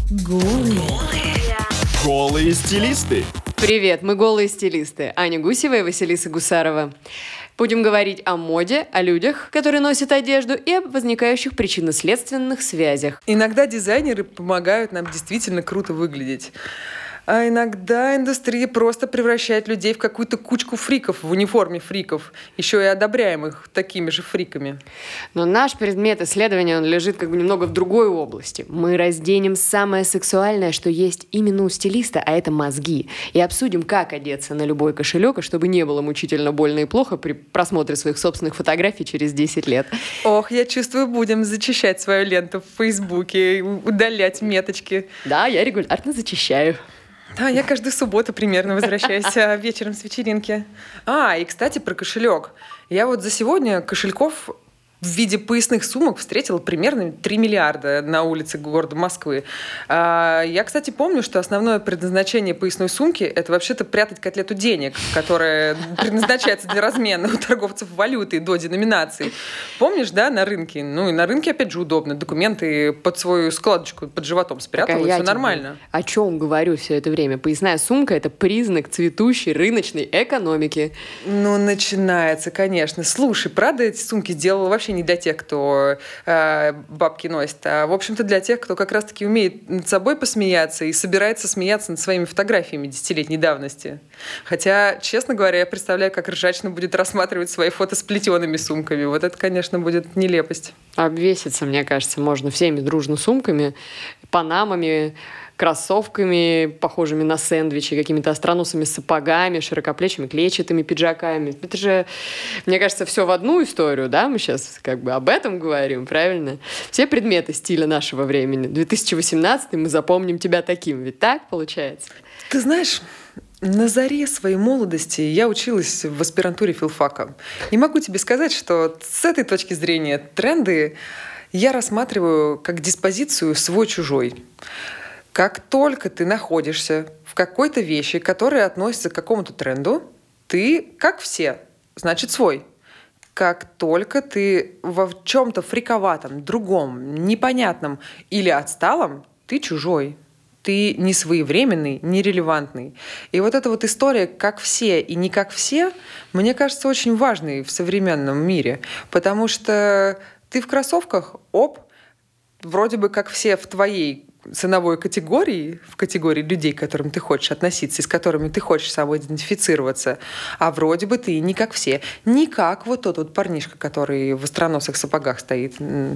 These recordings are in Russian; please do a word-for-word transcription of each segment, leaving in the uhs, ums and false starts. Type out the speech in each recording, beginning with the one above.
Голые. Голые стилисты. Привет, мы голые стилисты. Аня Гусева и Василиса Гусарова. Будем говорить о моде, о людях, которые носят одежду, и об возникающих причинно-следственных связях. Иногда дизайнеры помогают нам действительно круто выглядеть. А иногда индустрия просто превращает людей в какую-то кучку фриков в униформе фриков, еще и одобряемых такими же фриками. Но наш предмет исследования, он лежит как бы немного в другой области. Мы разденем самое сексуальное, что есть именно у стилиста, а это мозги. И обсудим, как одеться на любой кошелек, и чтобы не было мучительно больно и плохо при просмотре своих собственных фотографий через десять лет. Ох, я чувствую, будем зачищать свою ленту в Фейсбуке, удалять меточки. Да, я регулярно зачищаю. Да, я каждую субботу примерно возвращаюсь вечером с вечеринки. А, и, кстати, про кошелек. Я вот за сегодня кошельков в виде поясных сумок встретила примерно три миллиарда на улице города Москвы. Я, кстати, помню, что основное предназначение поясной сумки — это вообще-то прятать котлету денег, которая предназначается для размена у торговцев валютой до деноминации. Помнишь, да, на рынке? Ну и на рынке, опять же, удобно. Документы под свою складочку, под животом спрятала, и все нормально. О чем говорю все это время? Поясная сумка — это признак цветущей рыночной экономики. Ну, начинается, конечно. Слушай, правда, эти сумки сделала вообще не для тех, кто э, бабки носит, а, в общем-то, для тех, кто как раз-таки умеет над собой посмеяться и собирается смеяться над своими фотографиями десятилетней давности. Хотя, честно говоря, я представляю, как ржачно будет рассматривать свои фото с плетеными сумками. Вот это, конечно, будет нелепость. Обвеситься, мне кажется, можно всеми дружно сумками, панамами, кроссовками, похожими на сэндвичи, какими-то остроносыми сапогами, широкоплечими клетчатыми пиджаками. Это же, мне кажется, все в одну историю, да? Мы сейчас как бы об этом говорим, правильно? Все предметы стиля нашего времени. две тысячи восемнадцатый мы запомним тебя таким. Ведь так получается? Ты знаешь, на заре своей молодости я училась в аспирантуре филфака. И могу тебе сказать, что с этой точки зрения тренды я рассматриваю как диспозицию свой-чужой. Как только ты находишься в какой-то вещи, которая относится к какому-то тренду, ты, как все, значит свой. Как только ты в чем-то фриковатом, другом, непонятном или отсталом, ты чужой. Ты не своевременный, нерелевантный. И вот эта вот история «как все» и «не как все», мне кажется, очень важной в современном мире. Потому что ты в кроссовках, оп, вроде бы как все в твоей ценовой категории, в категории людей, к которым ты хочешь относиться и с которыми ты хочешь самоидентифицироваться, а вроде бы ты не как все. Не как вот тот вот парнишка, который в остроносых сапогах стоит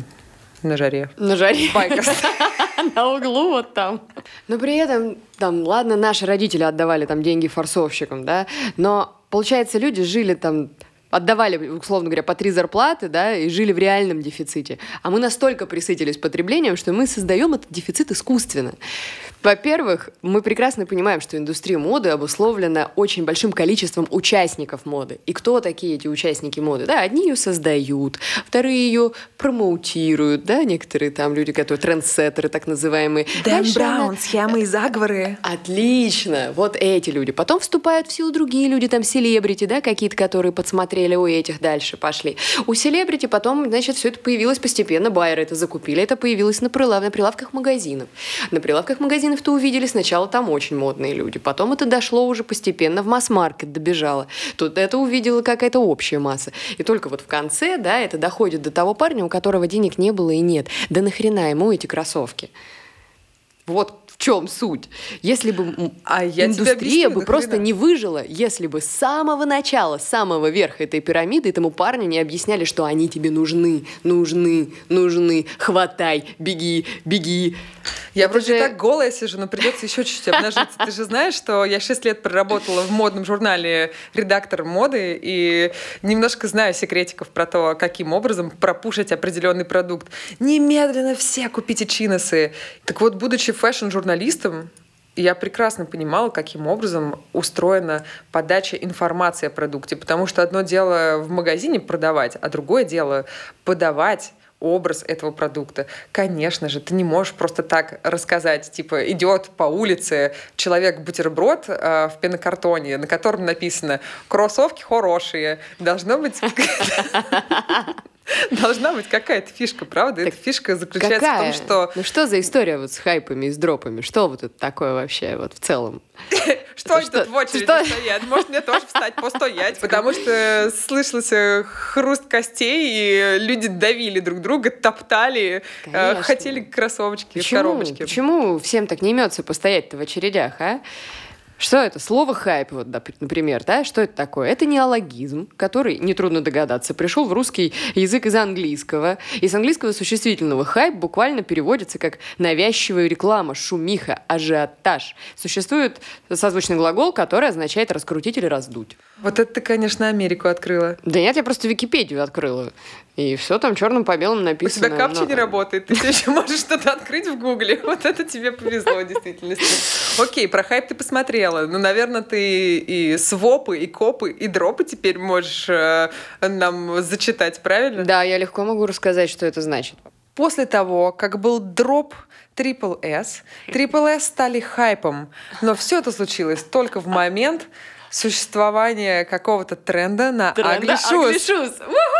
на жаре. На жаре. Байкерс. На углу вот там. Но при этом, там, ладно, наши родители отдавали там деньги форсовщикам, да, но, получается, люди жили там, отдавали, условно говоря, по три зарплаты, да, и жили в реальном дефиците. А мы настолько присытились потреблением, что мы создаем этот дефицит искусственно. Во-первых, мы прекрасно понимаем, что индустрия моды обусловлена очень большим количеством участников моды. И кто такие эти участники моды? Да, одни ее создают, вторые ее промоутируют, да, некоторые там люди, которые трендсеттеры, так называемые. Дэн Браун, схемы и заговоры. Отлично, вот эти люди. Потом вступают в силу другие люди, там селебрити, да, какие-то, которые подсмотрели у этих, дальше пошли. У селебрити потом, значит, все это появилось постепенно, байеры это закупили, это появилось на, прилав... на прилавках магазинов. На прилавках магазинов то увидели сначала там очень модные люди, потом это дошло уже постепенно в масс-маркет, добежало. Тут это увидела какая-то общая масса. И только вот в конце, да, это доходит до того парня, у которого денег не было и нет. Да нахрена ему эти кроссовки? Вот в чем суть. Если бы а я индустрия бы нахрена? просто не выжила, если бы с самого начала, с самого верха этой пирамиды этому парню не объясняли, что они тебе нужны, нужны, нужны, хватай, беги, беги. Я Это вроде же... так голая сижу, но придется еще чуть-чуть обнажиться. Ты же знаешь, что я шесть лет проработала в модном журнале редактором моды и немножко знаю секретиков про то, каким образом пропушить определенный продукт. Немедленно все купите чиносы. Так вот, будучи фэшн-журналистом, я прекрасно понимала, каким образом устроена подача информации о продукте. Потому что одно дело в магазине продавать, а другое дело подавать образ этого продукта. Конечно же, ты не можешь просто так рассказать, типа, идет по улице человек-бутерброд э, в пенокартоне, на котором написано «кроссовки хорошие». Должно быть... Должна быть какая-то фишка, правда? Эта фишка заключается Какая? в том, что... Ну что за история вот с хайпами и с дропами? Что вот это такое вообще вот в целом? Что они тут в очереди стоят? Может, мне тоже встать, постоять? Потому что слышался хруст костей, и люди давили друг друга, топтали, хотели кроссовочки в коробочке. Почему всем так не имется постоять-то в очередях, а? Что это? Слово «хайп», вот, например, да? Что это такое? Это неологизм, который, нетрудно догадаться, пришел в русский язык из английского. Из английского существительного «хайп» буквально переводится как «навязчивая реклама», «шумиха», «ажиотаж». Существует созвучный глагол, который означает «раскрутить» или «раздуть». Вот это ты, конечно, Америку открыла. Да нет, я просто Википедию открыла. И все там черным по белому написано. У тебя капча не работает, ты все еще можешь что-то открыть в Гугле. Вот это тебе повезло, в действительности. Окей, про хайп ты посмотрела. Ну, наверное, ты и свопы, и копы, и дропы теперь можешь э, нам зачитать, правильно? Да, я легко могу рассказать, что это значит. После того, как был дроп Triple S, Triple S стали хайпом. Но все это случилось только в момент существования какого-то тренда на Тренда Ugly Shoes.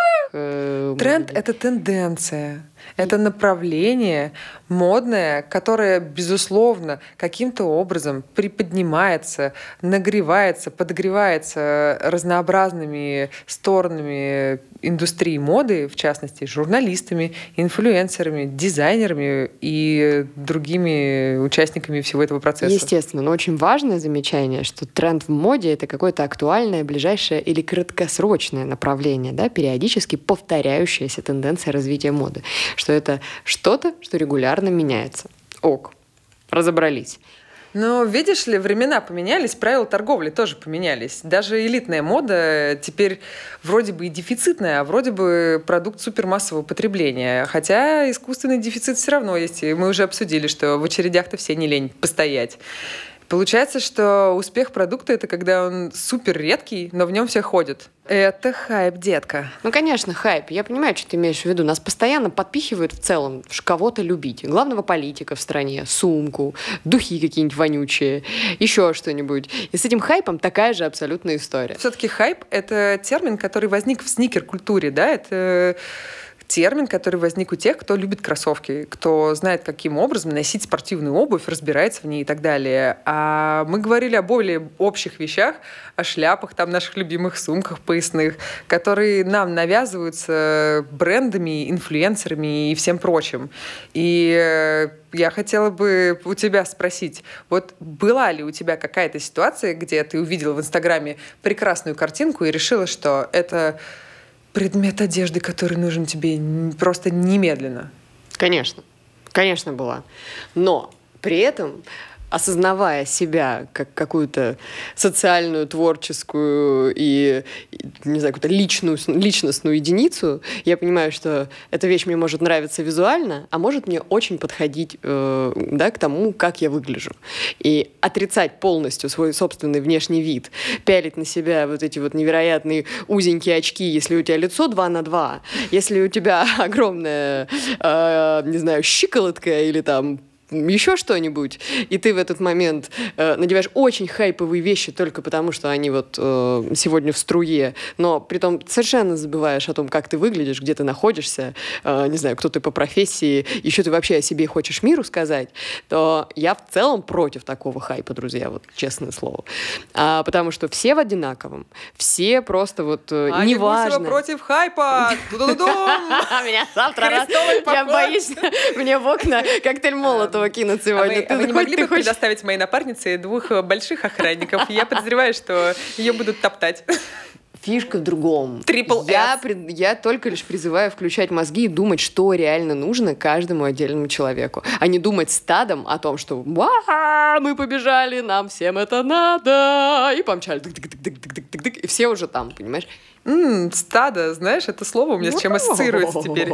Э, Тренд — это тенденция, это направление модное, которое, безусловно, каким-то образом приподнимается, нагревается, подогревается разнообразными сторонами индустрии моды, в частности, журналистами, инфлюенсерами, дизайнерами и другими участниками всего этого процесса. Естественно, но очень важное замечание, что тренд в моде — это какое-то актуальное, ближайшее или краткосрочное направление, да, периодически повторяющаяся тенденция развития моды, что это что-то, что регулярно меняется. Ок, разобрались. Но, видишь ли, времена поменялись, правила торговли тоже поменялись. Даже элитная мода теперь вроде бы и дефицитная, а вроде бы продукт супермассового потребления. Хотя искусственный дефицит все равно есть. И мы уже обсудили, что в очередях-то все не лень постоять. Получается, что успех продукта — это когда он супер редкий, но в нем все ходят. Это хайп, детка. Ну, конечно, хайп. Я понимаю, что ты имеешь в виду. Нас постоянно подпихивают в целом кого-то любить. Главного политика в стране, сумку, духи какие-нибудь вонючие, еще что-нибудь. И с этим хайпом такая же абсолютная история. Все-таки хайп — это термин, который возник в сникер-культуре, да? Это термин, который возник у тех, кто любит кроссовки, кто знает, каким образом носить спортивную обувь, разбирается в ней и так далее. А мы говорили о более общих вещах, о шляпах, там, наших любимых сумках поясных, которые нам навязываются брендами, инфлюенсерами и всем прочим. И я хотела бы у тебя спросить, вот была ли у тебя какая-то ситуация, где ты увидела в Инстаграме прекрасную картинку и решила, что это предмет одежды, который нужен тебе просто немедленно? Конечно. Конечно, была. Но при этом, осознавая себя как какую-то социальную, творческую и, не знаю, какую-то личную, личностную единицу, я понимаю, что эта вещь мне может нравиться визуально, а может мне очень подходить э, да, к тому, как я выгляжу. И отрицать полностью свой собственный внешний вид, пялить на себя вот эти вот невероятные узенькие очки, если у тебя лицо два на два, если у тебя огромная, э, не знаю, щиколотка или там еще что-нибудь, и ты в этот момент э, надеваешь очень хайповые вещи только потому, что они вот э, сегодня в струе, но притом совершенно забываешь о том, как ты выглядишь, где ты находишься, э, не знаю, кто ты по профессии, еще ты вообще о себе хочешь миру сказать, то я в целом против такого хайпа, друзья, вот честное слово. А, потому что все в одинаковом, все просто вот э, а неважно. Аня против хайпа! Меня завтра раз... Я боюсь, мне в окна коктейль Молотова кинуть сегодня. А вы, а вы не могли бы хочешь... предоставить моей напарнице двух больших охранников? Я подозреваю, что ее будут топтать. Фишка в другом. Трипл я, при... я только лишь призываю включать мозги и думать, что реально нужно каждому отдельному человеку, а не думать стадом о том, что «Ва, мы побежали, нам всем это надо!» И помчали. Дык-дык-дык-дык-дык-дык, и все уже там, понимаешь? М-м, стадо, знаешь, это слово у меня с чем ассоциируется теперь?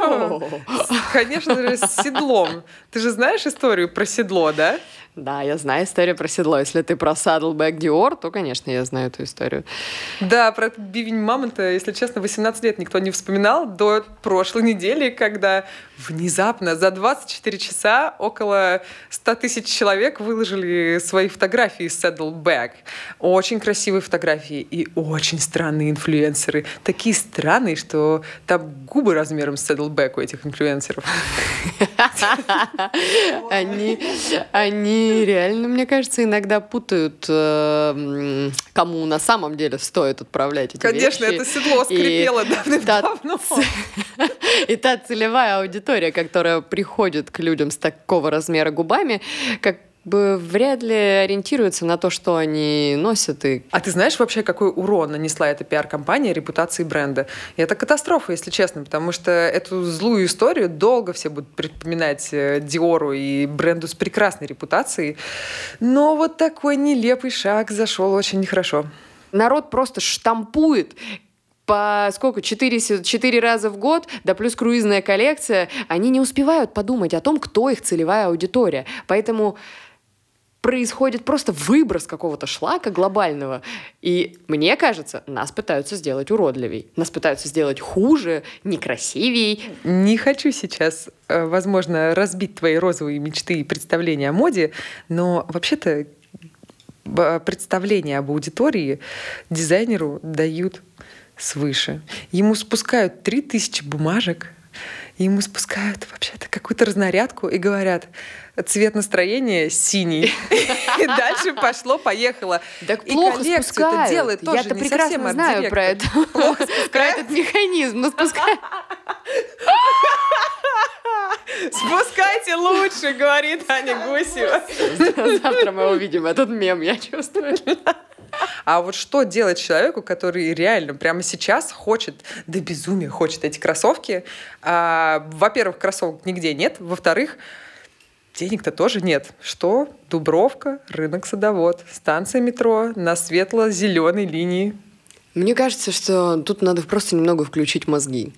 Конечно же, с седлом. Ты же знаешь историю про седло, да? Да, я знаю историю про седло. Если ты про Saddleback Dior, то, конечно, я знаю эту историю. Да, про этот бивень мамонта, если честно, восемнадцать лет никто не вспоминал до прошлой недели, когда внезапно за двадцать четыре часа около сто тысяч человек выложили свои фотографии с Saddleback. Очень красивые фотографии и очень странные инфлюенсеры инфлюенсеры такие странные, что там губы размером с Saddleback у этих инфлюенсеров. Они, они реально, мне кажется, иногда путают, э, кому на самом деле стоит отправлять эти Конечно, вещи. это седло скрипело И давным-давно. та, и та целевая аудитория, которая приходит к людям с такого размера губами, как бы вряд ли ориентируется на то, что они носят. И... А ты знаешь вообще, какой урон нанесла эта пиар-компания репутации бренда? И это катастрофа, если честно, потому что эту злую историю долго все будут припоминать Диору и бренду с прекрасной репутацией. Но вот такой нелепый шаг зашел очень нехорошо. Народ просто штампует по сколько? Четыре, четыре раза в год, да плюс круизная коллекция. Они не успевают подумать о том, кто их целевая аудитория. Поэтому происходит просто выброс какого-то шлака глобального. И мне кажется, нас пытаются сделать уродливей. Нас пытаются сделать хуже, некрасивей. Не хочу сейчас, возможно, разбить твои розовые мечты и представления о моде, но вообще-то представления об аудитории дизайнеру дают свыше. Ему спускают три тысячи бумажек, ему спускают вообще-то какую-то разнарядку и говорят: цвет настроения синий. И дальше пошло-поехало. Так и плохо коллекцию спускают. это делает тоже Я-то не прекрасно совсем знаю про это. Про этот механизм. Но спускают. Спускайте лучше, говорит Аня Гусева. Завтра мы увидим этот мем, я чувствую. А вот что делать человеку, который реально прямо сейчас хочет, до безумия хочет эти кроссовки? А, во-первых, кроссовок нигде нет. Во-вторых, денег-то тоже нет. Что? Дубровка, рынок Садовод, станция метро на светло-зеленой линии. Мне кажется, что тут надо просто немного включить мозги.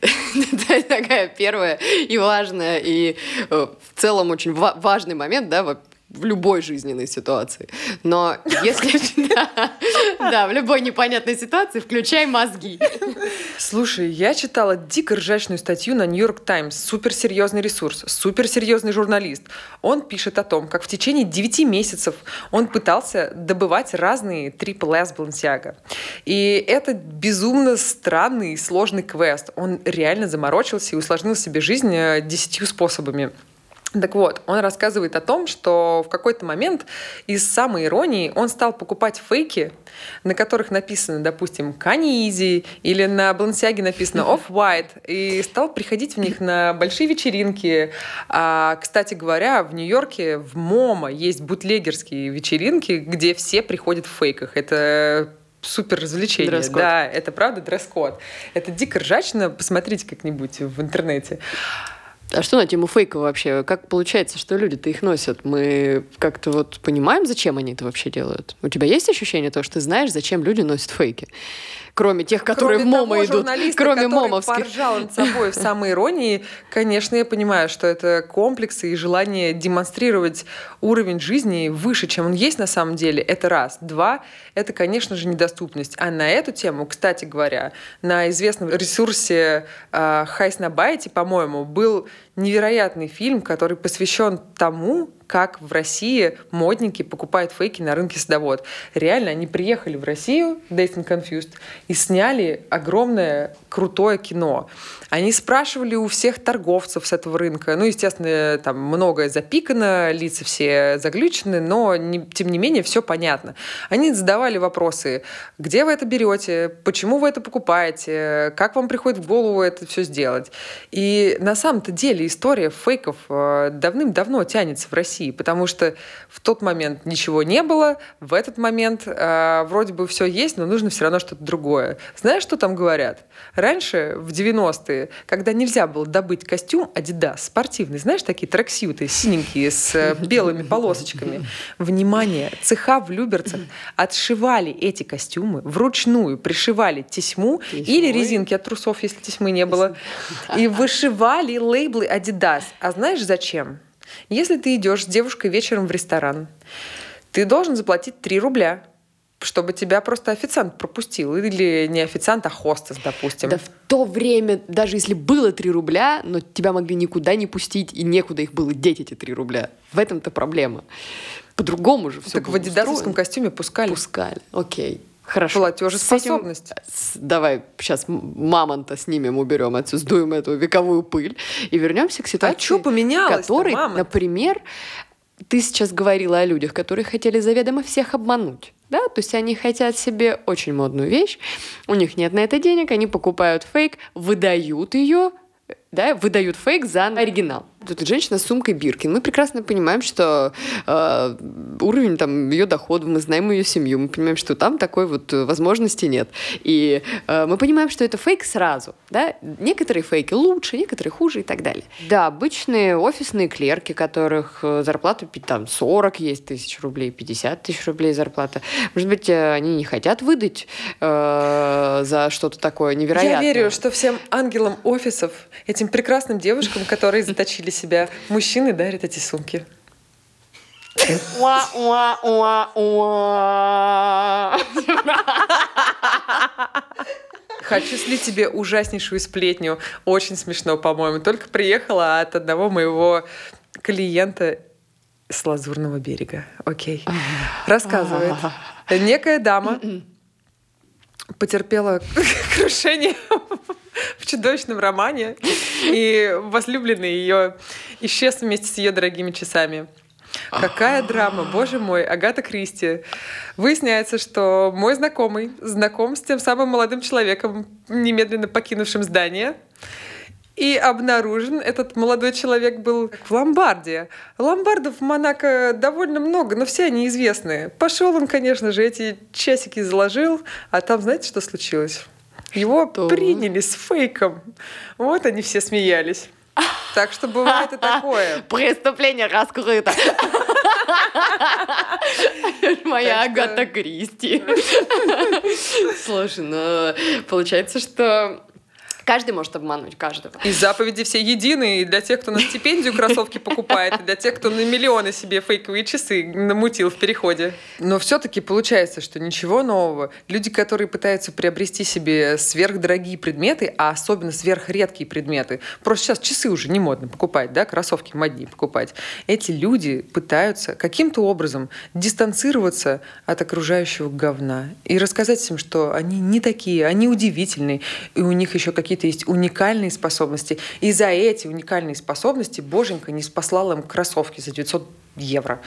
Это такая первая и важная, и в целом очень важный момент, да, в любой жизненной ситуации. Но если... Да, да, в любой непонятной ситуации включай мозги. Слушай, я читала дико ржачную статью на Нью-Йорк Таймс. Суперсерьезный ресурс, суперсерьезный журналист. Он пишет о том, как в течение девяти месяцев он пытался добывать разные трипл эс Balenciaga. И это безумно странный и сложный квест. Он реально заморочился и усложнил себе жизнь десятью способами. Так вот, он рассказывает о том, что в какой-то момент из самой иронии он стал покупать фейки, на которых написано, допустим, Kanye Easy, или на Balenciaga написано Off-White, и стал приходить в них на большие вечеринки. А, кстати говоря, в Нью-Йорке в МоМА есть бутлегерские вечеринки, где все приходят в фейках. Это супер развлечение. Дресс-код. Да, это правда дресс-код. Это дико ржачно, посмотрите как-нибудь в интернете. А что на тему фейков вообще? Как получается, что люди-то их носят? Мы как-то вот понимаем, зачем они это вообще делают? У тебя есть ощущение того, что ты знаешь, зачем люди носят фейки? Кроме тех, которые Кроме в МоМА того идут. журналиста, Кроме который момовских. поржал над собой в самой иронии, конечно, я понимаю, что это комплексы и желание демонстрировать уровень жизни выше, чем он есть на самом деле. Это раз. Два — это, конечно же, недоступность. А на эту тему, кстати говоря, на известном ресурсе э, Хайснабайте, по-моему, был невероятный фильм, который посвящен тому, как в России модники покупают фейки на рынке Садовод. Реально, они приехали в Россию, Dazed and Confused, и сняли огромное крутое кино. Они спрашивали у всех торговцев с этого рынка. Ну, естественно, там многое запикано, лица все заглючены, но не, тем не менее все понятно. Они задавали вопросы: где вы это берете, почему вы это покупаете, как вам приходит в голову это все сделать. И на самом-то деле история фейков давным-давно тянется в России, потому что в тот момент ничего не было, в этот момент э, вроде бы все есть, но нужно все равно что-то другое. Знаешь, что там говорят? Раньше, в девяностые, когда нельзя было добыть костюм Adidas спортивный, знаешь, такие трексьюты синенькие с э, белыми полосочками. Внимание! Цеха в Люберцах отшивали эти костюмы, вручную пришивали тесьму или резинки от трусов, если тесьмы не было, и вышивали лейблы Adidas. А знаешь зачем? Если ты идешь с девушкой вечером в ресторан, ты должен заплатить три рубля, чтобы тебя просто официант пропустил. Или не официант, а хостес, допустим. Да в то время, даже если было три рубля, но тебя могли никуда не пустить, и некуда их было деть, эти три рубля. В этом-то проблема. По-другому же все Так было в адидасовском устроено. костюме пускали. Пускали, окей. Хорошо. Платежеспособность. С этим, с, давай сейчас мамонта снимем, уберем отсюда, сдуем эту вековую пыль и вернемся к ситуации, а что поменялось, которой, например, ты сейчас говорила о людях, которые хотели заведомо всех обмануть. Да? То есть они хотят себе очень модную вещь, у них нет на это денег, они покупают фейк, выдают ее, да, выдают фейк за оригинал. Тут женщина с сумкой Биркин. Мы прекрасно понимаем, что э, уровень там, ее дохода, мы знаем ее семью, мы понимаем, что там такой вот возможности нет. И э, мы понимаем, что это фейк сразу. Да? Некоторые фейки лучше, некоторые хуже и так далее. Да, обычные офисные клерки, которых зарплата там, сорок есть тысяч рублей, пятьдесят тысяч рублей зарплата. Может быть, они не хотят выдать э, за что-то такое невероятное. Я верю, что всем ангелам офисов, этим прекрасным девушкам, которые заточили себя, мужчины дарят эти сумки. Хочу слить тебе ужаснейшую сплетню. Очень смешно, по-моему. Только приехала от одного моего клиента с Лазурного берега. Окей. Рассказывает. Некая дама потерпела крушение в чудовищном романе, и возлюбленный ее исчез вместе с ее дорогими часами. Какая драма, боже мой, Агата Кристи. Выясняется, что мой знакомый знаком с тем самым молодым человеком, немедленно покинувшим здание. И обнаружен этот молодой человек был в ломбарде. Ломбардов в Монако довольно много, но все они известные. Пошел он, конечно же, эти часики заложил, а там знаете, что случилось? Его то... приняли с фейком. Вот они все смеялись. Так что бывает и такое. Преступление раскрыто. Моя Агата Кристи. Слушай, ну получается, что каждый может обмануть каждого. И заповеди все единые. И для тех, кто на стипендию кроссовки покупает, и для тех, кто на миллионы себе фейковые часы намутил в переходе. Но все-таки получается, что ничего нового. Люди, которые пытаются приобрести себе сверхдорогие предметы, а особенно сверхредкие предметы, просто сейчас часы уже не модно покупать, да, кроссовки моднее покупать. Эти люди пытаются каким-то образом дистанцироваться от окружающего говна и рассказать всем, что они не такие, они удивительные, и у них еще какие-то есть уникальные способности. И за эти уникальные способности боженька не спаслала им кроссовки за девятьсот евро.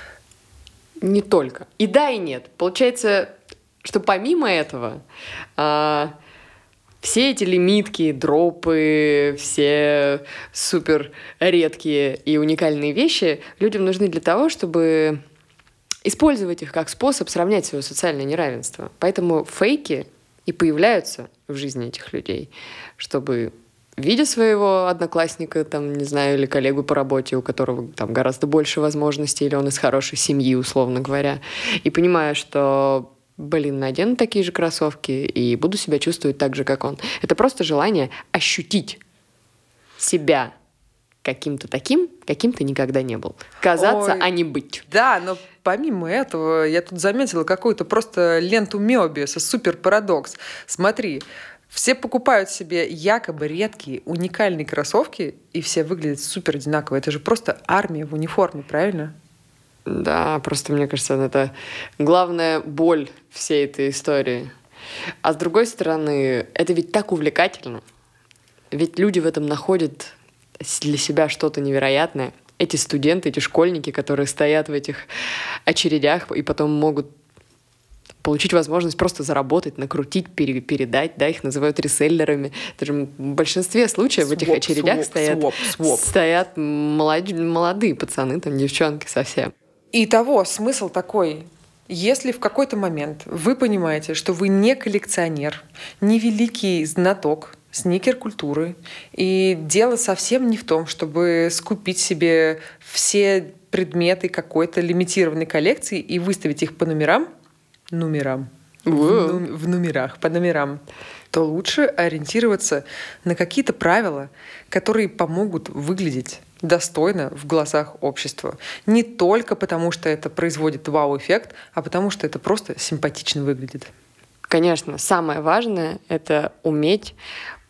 Не только. И да, и нет. Получается, что помимо этого а, все эти лимитки, дропы, все супер редкие и уникальные вещи людям нужны для того, чтобы использовать их как способ сравнять свое социальное неравенство. Поэтому фейки и появляются в жизни этих людей, чтобы, видя своего одноклассника, там, не знаю, или коллегу по работе, у которого там гораздо больше возможностей, или он из хорошей семьи, условно говоря, и понимая, что, блин, надену такие же кроссовки и буду себя чувствовать так же, как он. Это просто желание ощутить себя каким-то таким, каким ты никогда не был. Казаться, Ой, а не быть. Да, но помимо этого, я тут заметила какую-то просто ленту Мёбиуса, супер парадокс. Смотри, все покупают себе якобы редкие, уникальные кроссовки, и все выглядят супер одинаково. Это же просто армия в униформе, правильно? Да, просто мне кажется, это главная боль всей этой истории. А с другой стороны, это ведь так увлекательно. Ведь люди в этом находят для себя что-то невероятное. Эти студенты, эти школьники, которые стоят в этих очередях и потом могут получить возможность просто заработать, накрутить, пере- передать, да, их называют реселлерами. Даже в большинстве случаев своп, в этих очередях своп, стоят, своп, своп. стоят молод- молодые пацаны, там девчонки совсем. Итого, смысл такой. Если в какой-то момент вы понимаете, что вы не коллекционер, не великий знаток сникер-культуры, и дело совсем не в том, чтобы скупить себе все предметы какой-то лимитированной коллекции и выставить их по номерам, номерам, в, ну, в номерах, по номерам, то лучше ориентироваться на какие-то правила, которые помогут выглядеть достойно в глазах общества. Не только потому, что это производит вау-эффект, а потому, что это просто симпатично выглядит. Конечно, самое важное — это уметь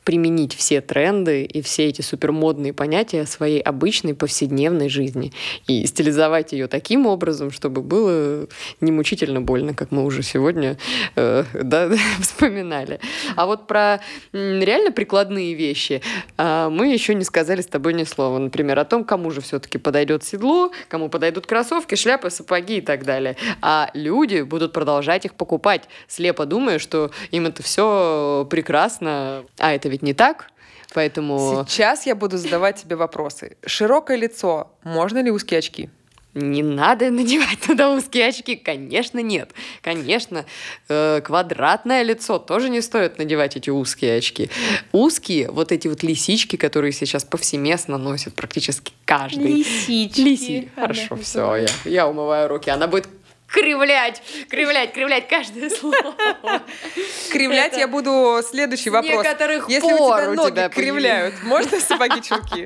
применить все тренды и все эти супермодные понятия в своей обычной повседневной жизни и стилизовать ее таким образом, чтобы было не мучительно больно, как мы уже сегодня э, да, вспоминали. А вот про м, реально прикладные вещи э, мы еще не сказали с тобой ни слова. Например, о том, кому же все-таки подойдет седло, кому подойдут кроссовки, шляпы, сапоги и так далее. А люди будут продолжать их покупать, слепо думая, что им это все прекрасно. А это ведь не так. Поэтому... Сейчас я буду задавать тебе вопросы. Широкое лицо. Можно ли узкие очки? Не надо надевать туда узкие очки. Конечно, нет. Конечно, э, квадратное лицо тоже не стоит надевать эти узкие очки. Узкие, вот эти вот лисички, которые сейчас повсеместно носят практически каждый. Лисички. Лиси. Хорошо, все, я, я умываю руки. Она будет кривлять, кривлять, кривлять каждое слово. Кривлять Это я буду следующий вопрос. некоторых Если у пор тебя у ноги тебя кривляют, можно сапоги-чулки?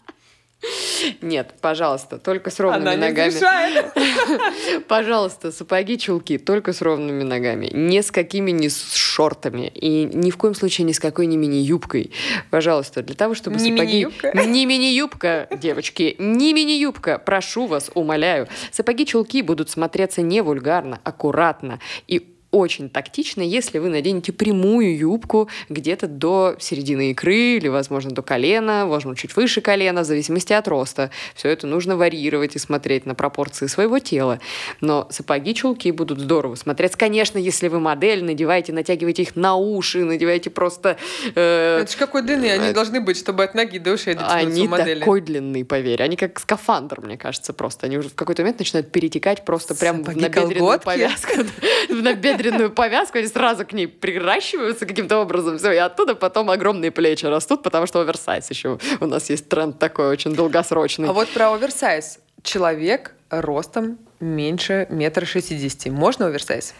Нет, пожалуйста, только с ровными Она не ногами. разрешает. Пожалуйста, сапоги, чулки, только с ровными ногами. Ни с какими, ни с шортами. И ни в коем случае ни с какой не мини-юбкой. Пожалуйста, для того, чтобы Не сапоги... мини-юбка? Не мини-юбка, девочки, не мини-юбка. Прошу вас, умоляю. Сапоги, чулки будут смотреться не вульгарно, аккуратно и очень тактично, если вы наденете прямую юбку где-то до середины икры или, возможно, до колена, возможно, чуть выше колена, в зависимости от роста. Все это нужно варьировать и смотреть на пропорции своего тела. Но сапоги, чулки будут здорово смотреться. Конечно, если вы модель, надевайте, натягивайте их на уши, надевайте просто... Э, Это ж какой длины они должны быть, чтобы от ноги до ушей дотянуться они у модели? такой длины, поверь. Они как скафандр, мне кажется, просто. Они уже в какой-то момент начинают перетекать просто прямо в Сапоги набедренную колготки? повязку. В набедренную повязку, они сразу к ней приращиваются каким-то образом, все, и оттуда потом огромные плечи растут, потому что оверсайз еще. У нас есть тренд такой очень долгосрочный. А вот про оверсайз. Человек ростом меньше метра шестидесяти. Можно оверсайз?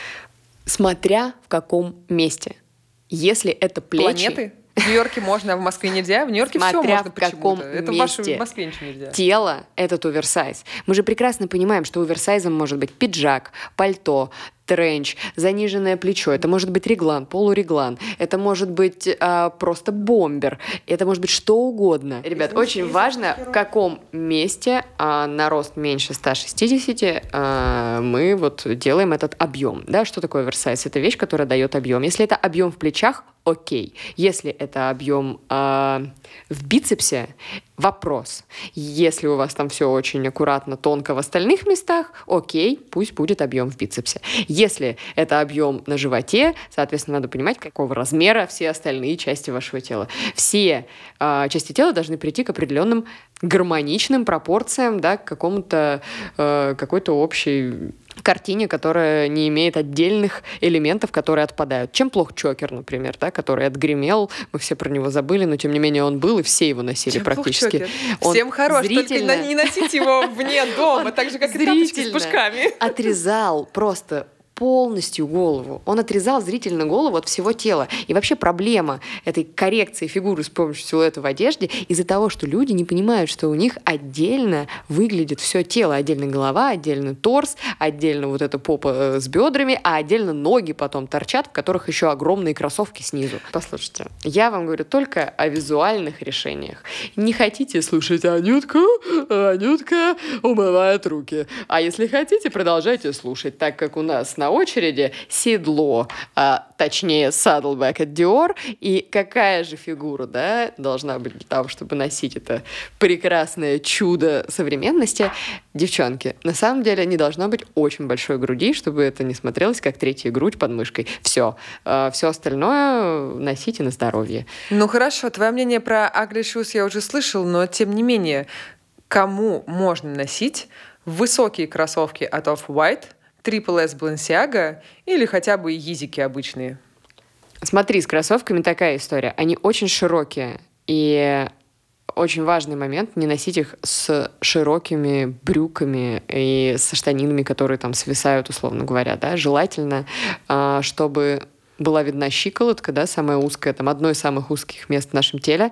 Смотря в каком месте. Если это плечи... Планеты? В Нью-Йорке можно, а в Москве нельзя? В Нью-Йорке все Смотря можно в каком почему-то. Это в месте. вашей Москве ничего нельзя. Тело — этот оверсайз. Мы же прекрасно понимаем, что оверсайзом может быть пиджак, пальто, тренч, заниженное плечо. Это может быть реглан, полуреглан. Это может быть а, просто бомбер. Это может быть что угодно. Ребят, очень важно, в каком месте а, на рост меньше ста шестидесяти а, мы вот делаем этот объем. Да, что такое оверсайз? Это вещь, которая дает объем. Если это объем в плечах, окей. Если это объем а, в бицепсе, вопрос. Если у вас там все очень аккуратно, тонко в остальных местах, окей, пусть будет объем в бицепсе. Если это объем на животе, соответственно, надо понимать, какого размера все остальные части вашего тела. Все э, части тела должны прийти к определенным гармоничным пропорциям, да, к какому-то э, какой-то общей картине, которая не имеет отдельных элементов, которые отпадают. Чем плох чокер, например, да, который отгремел, мы все про него забыли, но тем не менее он был, и все его носили Чем практически. Он Всем хорош, зрительно... только не носите его вне дома, так же, как и тапочки с пушками. Отрезал просто полностью голову. Он отрезал зрительно голову от всего тела. И вообще проблема этой коррекции фигуры с помощью силуэта в одежде из-за того, что люди не понимают, что у них отдельно выглядит все тело. Отдельно голова, отдельно торс, отдельно вот эта попа с бедрами, а отдельно ноги потом торчат, в которых еще огромные кроссовки снизу. Послушайте, я вам говорю только о визуальных решениях. Не хотите слушать Анютку? Анютка умывает руки. А если хотите, продолжайте слушать, так как у нас на очереди седло, а, точнее Saddleback от Dior, и какая же фигура, да, должна быть для того, чтобы носить это прекрасное чудо современности. Девчонки, на самом деле не должно быть очень большой груди, чтобы это не смотрелось как третья грудь под мышкой. Все. А, все остальное носите на здоровье. Ну хорошо, твое мнение про ugly shoes я уже слышал, но тем не менее, кому можно носить высокие кроссовки от Off-White, Triple S Balenciaga или хотя бы йизики обычные? Смотри, с кроссовками такая история. Они очень широкие. И очень важный момент — не носить их с широкими брюками и со штанинами, которые там свисают, условно говоря. Да? Желательно, чтобы была видна щиколотка, да, самая узкая, там, одно из самых узких мест в нашем теле.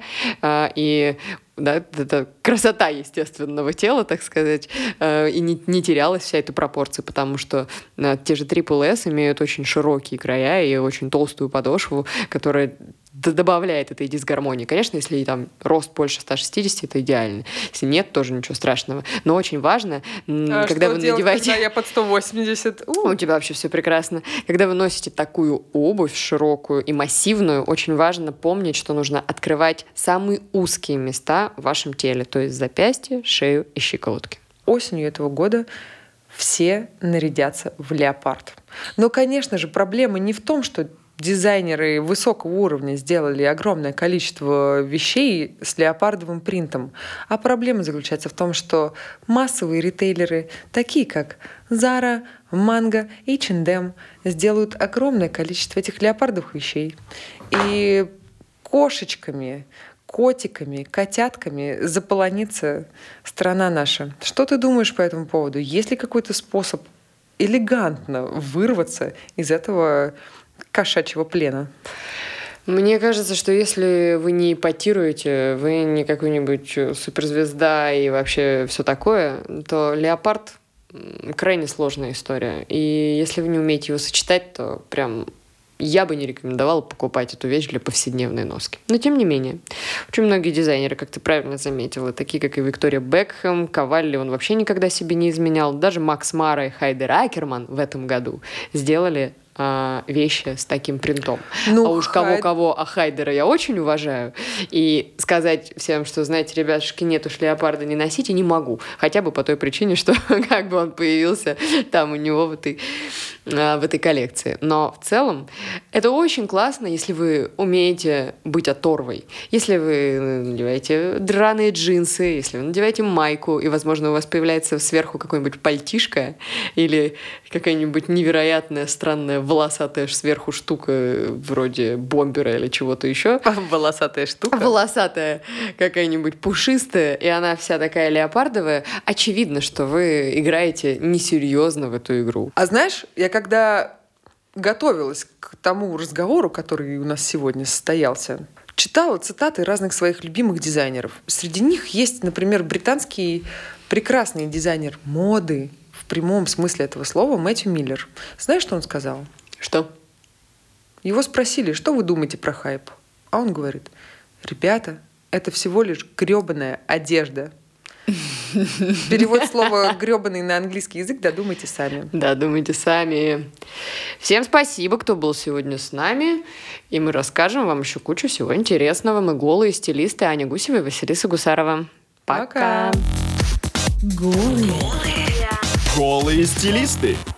И да, это красота естественного тела, так сказать, и не, не терялась вся эта пропорция, потому что те же Triple S имеют очень широкие края и очень толстую подошву, которая д- добавляет этой дисгармонии. Конечно, если там рост больше ста шестидесяти, это идеально. Если нет, тоже ничего страшного. Но очень важно, м, А когда что вы делать, надеваете... когда я под сто восемьдесят? У. У тебя вообще все прекрасно. Когда вы носите такую обувь широкую и массивную, очень важно помнить, что нужно открывать самые узкие места в вашем теле, то есть запястье, шею и щиколотки. Осенью этого года все нарядятся в леопард. Но, конечно же, проблема не в том, что дизайнеры высокого уровня сделали огромное количество вещей с леопардовым принтом. А проблема заключается в том, что массовые ритейлеры, такие как Zara, Mango, эйч энд эм, сделают огромное количество этих леопардовых вещей. И кошечками, котиками, котятками заполонится страна наша. Что ты думаешь по этому поводу? Есть ли какой-то способ элегантно вырваться из этого кошачьего плена? Мне кажется, что если вы не ипотируете, вы не какой-нибудь суперзвезда и вообще все такое, то леопард м, крайне сложная история. И если вы не умеете его сочетать, то прям я бы не рекомендовала покупать эту вещь для повседневной носки. Но тем не менее, очень многие дизайнеры, как ты правильно заметила, такие как и Виктория Бекхэм, Кавалли, он вообще никогда себе не изменял. Даже Макс Мара и Хайдер Акерман в этом году сделали а, вещи с таким принтом. Ну, а уж Хайд- кого-кого, а Хайдера я очень уважаю. И сказать всем, что, знаете, ребятушки, нет уж леопарда, не носите, не могу. Хотя бы по той причине, что как бы он появился там у него в этой, а, в этой коллекции. Но в целом это очень классно, если вы умеете быть оторвой. Если вы надеваете драные джинсы, если вы надеваете майку, и, возможно, у вас появляется сверху какой-нибудь пальтишко или какая-нибудь невероятная, странная волосатая сверху штука вроде бомбера или чего-то еще. Волосатая штука. Волосатая какая-нибудь пушистая, и она вся такая леопардовая. Очевидно, что вы играете несерьезно в эту игру. А знаешь, я когда готовилась к тому разговору, который у нас сегодня состоялся, читала цитаты разных своих любимых дизайнеров. Среди них есть, например, британский прекрасный дизайнер моды, в прямом смысле этого слова, Мэтью Миллер. Знаешь, что он сказал? Что? Его спросили, что вы думаете про хайп? А он говорит, ребята, это всего лишь гребаная одежда. Перевод слова «гребаный» на английский язык додумайте сами. Да, думайте сами. Всем спасибо, кто был сегодня с нами. И мы расскажем вам еще кучу всего интересного. Мы голые стилисты Аня Гусева и Василиса Гусарова. Пока. Пока. Голые стилисты.